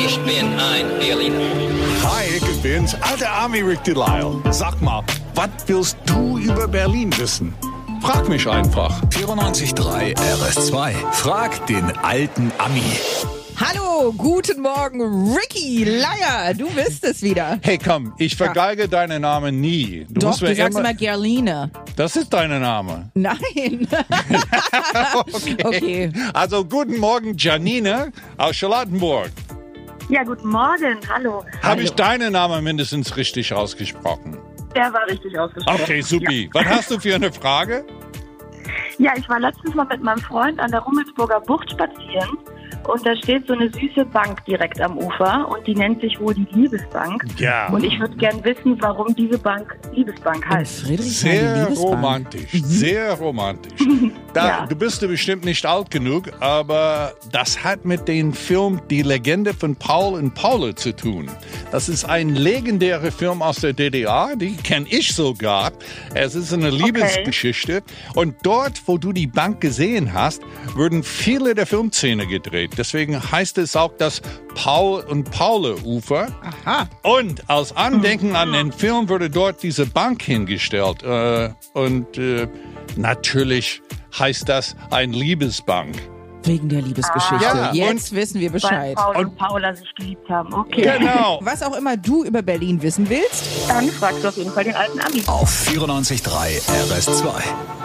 Ich bin ein Berliner. Hi, ich bin's, alter Ami Rick Delisle. Sag mal, was willst du über Berlin wissen? Frag mich einfach. 94.3 RS2. Frag den alten Ami. Hallo, guten Morgen, Ricky Leier, du bist es wieder. Hey, komm, ich vergeige deinen Namen nie. Doch, du sagst immer Gerline. Das ist dein Name. Nein. Okay. Also, guten Morgen, Janine aus Charlottenburg. Ja, guten Morgen, hallo. Habe ich deinen Namen mindestens richtig ausgesprochen? Der war richtig ausgesprochen. Okay, supi. Was hast du für eine Frage? Ja, ich war letztens mal mit meinem Freund an der Rummelsburger Bucht spazieren und da steht so eine süße Bank direkt am Ufer und die nennt sich wohl die Liebesbank. Ja. Und ich würde gern wissen, warum diese Bank Liebesbank heißt. Sehr romantisch, sehr romantisch. Ja. Du bist bestimmt nicht alt genug, aber das hat mit dem Film Die Legende von Paul und Paula zu tun. Das ist ein legendärer Film aus der DDR, die kenne ich sogar. Es ist eine Liebesgeschichte. Und dort, wo du die Bank gesehen hast, wurden viele der Filmszenen gedreht. Deswegen heißt es auch das Paul und Paula Ufer. Aha. Und als Andenken an den Film wurde dort diese Bank hingestellt. Natürlich heißt das ein Liebesbank. Wegen der Liebesgeschichte. Ja, Jetzt wissen wir Weil Bescheid. Paul und Paula sich geliebt haben. Okay. Genau. Was auch immer du über Berlin wissen willst, Dann fragst du auf jeden Fall den alten Ami. Auf 94.3 RS2.